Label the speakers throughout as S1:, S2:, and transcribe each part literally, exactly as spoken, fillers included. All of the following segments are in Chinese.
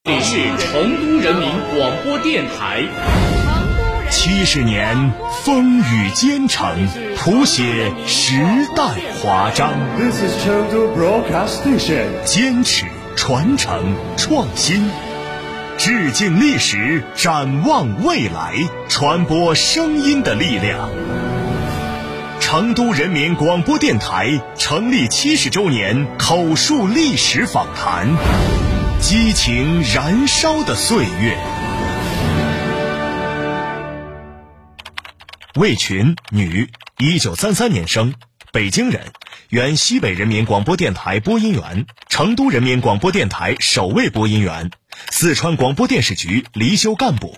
S1: 这里是成都人民广播电台。
S2: 七十年风雨兼程，谱写时代华章。
S3: This is Chengdu Broadcast Station。
S2: 坚持、传承、创新，致敬历史，展望未来，传播声音的力量。成都人民广播电台成立七十周年口述历史访谈，激情燃烧的岁月。魏群，女，一九三三年生，北京人，原西北人民广播电台播音员，成都人民广播电台首位播音员，四川广播电视局离休干部。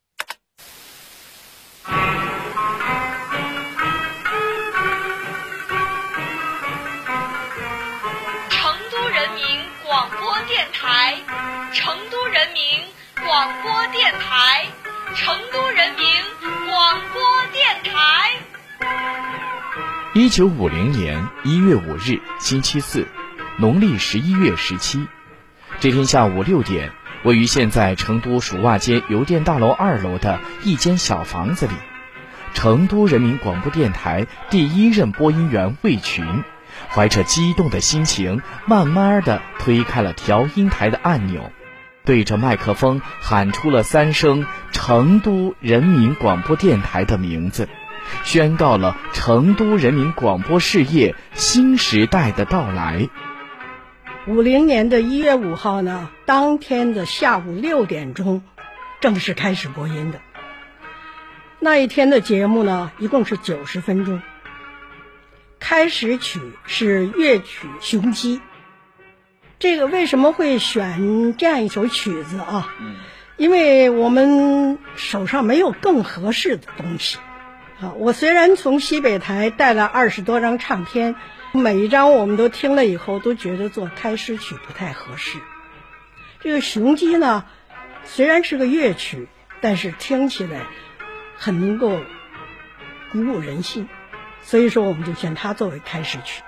S4: 成都人民广播电台，成都人民广播电台，成都人民广播电台。
S5: 一九五零年一月五日，星期四，农历十一月十七。这天下午六点，位于现在成都蜀袜街邮电大楼二楼的一间小房子里，成都人民广播电台第一任播音员魏群，怀着激动的心情，慢慢地推开了调音台的按钮，对着麦克风喊出了三声成都人民广播电台的名字，宣告了成都人民广播事业新时代的到来。
S6: 五零年的一月五号呢，当天的下午六点钟正式开始播音的。那一天的节目呢，一共是九十分钟。开始曲是乐曲《雄鸡》。这个为什么会选这样一首曲子啊？因为我们手上没有更合适的东西啊。我虽然从西北台带了二十多张唱片，每一张我们都听了以后都觉得做开始曲不太合适。这个《雄鸡》呢，虽然是个乐曲，但是听起来很能够鼓舞人心，所以说我们就选它作为开始曲。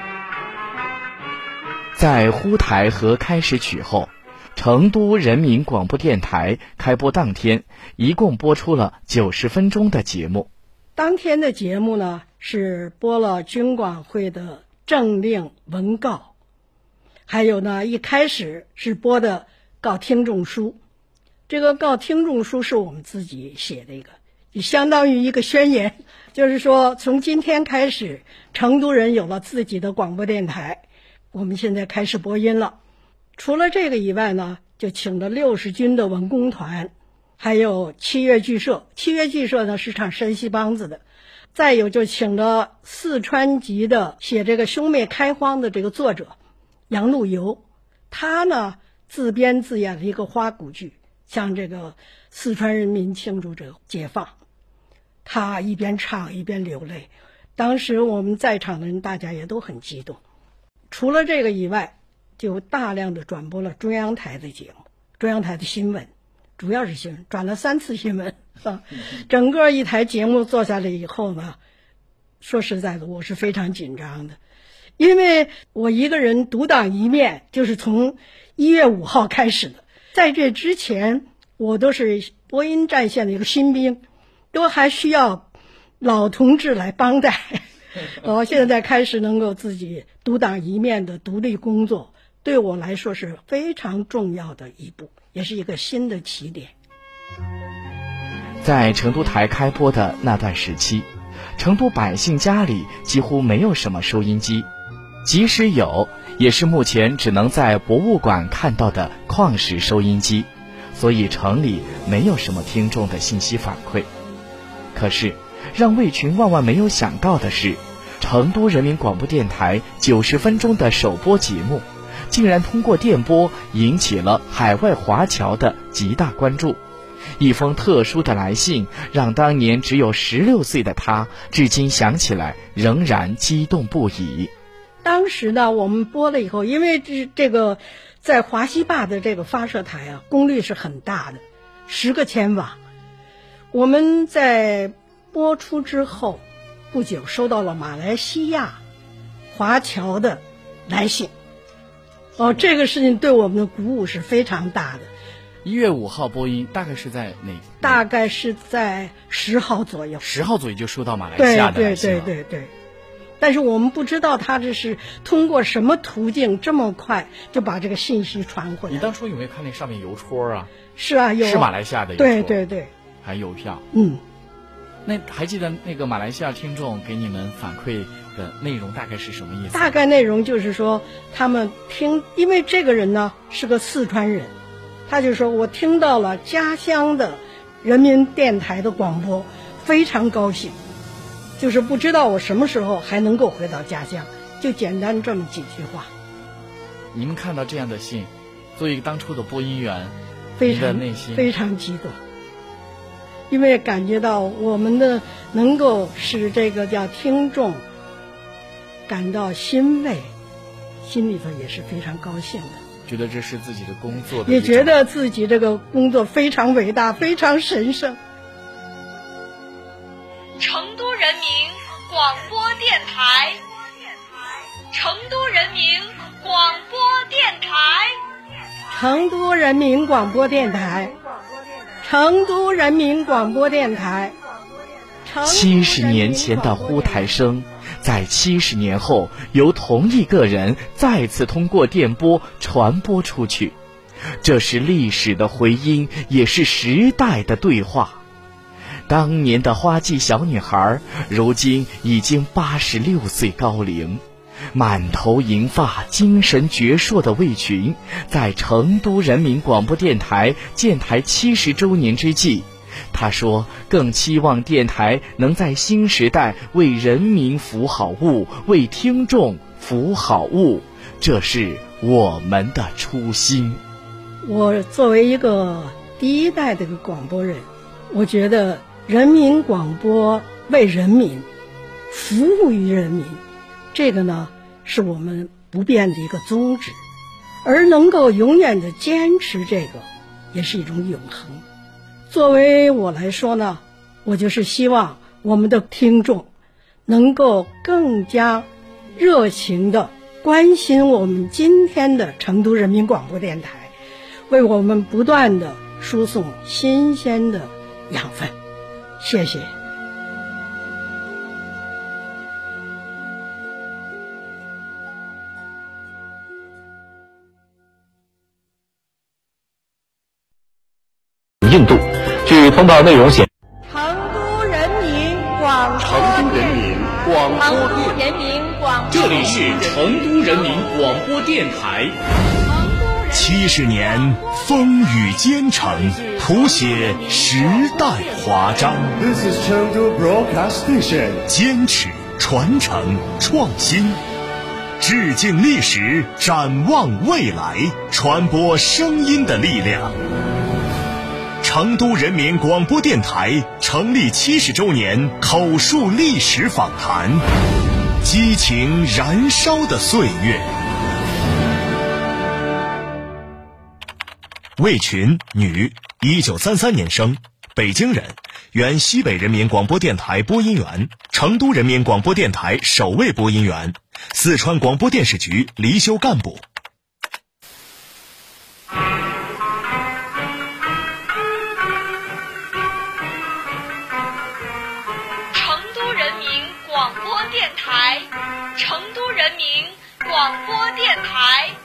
S5: 在呼台和开始曲后，成都人民广播电台开播当天一共播出了九十分钟的节目。
S6: 当天的节目呢，是播了军管会的政令文告，还有呢一开始是播的告听众书。这个告听众书是我们自己写的一个，也相当于一个宣言，就是说从今天开始，成都人有了自己的广播电台，我们现在开始播音了。除了这个以外呢，就请了六十军的文工团，还有七乐剧社。七乐剧社呢是唱山西梆子的。再有就请了四川籍的写这个兄妹开荒的这个作者杨路游，他呢自编自演了一个花鼓剧，向这个四川人民庆祝这个解放。他一边唱一边流泪，当时我们在场的人大家也都很激动。除了这个以外，就大量的转播了中央台的节目，中央台的新闻，主要是新闻，转了三次新闻啊。整个一台节目做下来以后呢，说实在的，我是非常紧张的，因为我一个人独当一面，就是从一月五号开始的。在这之前，我都是播音战线的一个新兵，都还需要老同志来帮带。我现在开始能够自己独当一面的独立工作，对我来说是非常重要的一步，也是一个新的起点。
S5: 在成都台开播的那段时期，成都百姓家里几乎没有什么收音机，即使有，也是目前只能在博物馆看到的矿石收音机，所以城里没有什么听众的信息反馈。可是让魏群万万没有想到的是，成都人民广播电台九十分钟的首播节目竟然通过电波引起了海外华侨的极大关注。一封特殊的来信让当年只有十六岁的他至今想起来仍然激动不已。
S6: 当时呢，我们播了以后，因为这这个在华西坝的这个发射台啊，功率是很大的，十个千瓦。我们在播出之后不久收到了马来西亚华侨的来信，哦，这个事情对我们的鼓舞是非常大的。
S5: 一月五号播音，大概是在哪？
S6: 大概是在十号左右。
S5: 十号左右就收到马来西亚的来信了。
S6: 对对对对对。但是我们不知道他这是通过什么途径这么快就把这个信息传回来。
S5: 你当初有没有看那上面邮戳啊？
S6: 是啊，有啊。
S5: 是马来西亚的邮戳。
S6: 对对对。
S5: 还邮票。
S6: 嗯。
S5: 那还记得那个马来西亚听众给你们反馈的内容大概是什么意思？
S6: 大概内容就是说，他们听，因为这个人呢是个四川人，他就说我听到了家乡的人民电台的广播，非常高兴，就是不知道我什么时候还能够回到家乡，就简单这么几句话。
S5: 你们看到这样的信，作为一个当初的播音员，
S6: 非常
S5: 内心
S6: 非常激动。因为感觉到我们的能够使这个叫听众感到欣慰，心里头也是非常高兴的，
S5: 觉得这是自己的工作的，
S6: 也觉得自己这个工作非常伟大，非常神圣。
S4: 成都人民广播电台，成都人民广播电台，
S6: 成都人民广播电台，成都人民广播电台。
S5: 七十年前的呼台声，在七十年后由同一个人再次通过电波传播出去，这是历史的回音，也是时代的对话。当年的花季小女孩，如今已经八十六岁高龄，满头银发、精神矍铄的魏群，在成都人民广播电台建台七十周年之际，他说更期望电台能在新时代为人民服好务，为听众服好务，这是我们的初心。
S6: 我作为一个第一代的广播人，我觉得人民广播为人民服务于人民，这个呢是我们不变的一个宗旨，而能够永远的坚持这个也是一种永恒。作为我来说呢，我就是希望我们的听众能够更加热情的关心我们今天的成都人民广播电台，为我们不断的输送新鲜的养分。谢谢。
S1: 印度，据通报内容显，
S6: 成都人民广
S1: 成都人民广播电，
S4: 人民广
S1: 这里是成都人民广播电台。
S2: 七十年风雨兼程，谱写时代华章。
S3: This is Chengdu Broadcast Station。
S2: 坚持、传承、创新，致敬历史，展望未来，传播声音的力量。成都人民广播电台成立七十周年口述历史访谈，激情燃烧的岁月。魏群，女，一九三三年生，北京人，原西北人民广播电台播音员，成都人民广播电台首位播音员，四川广播电视局离休干部。
S4: 成都人民广播电台，成都人民广播电台。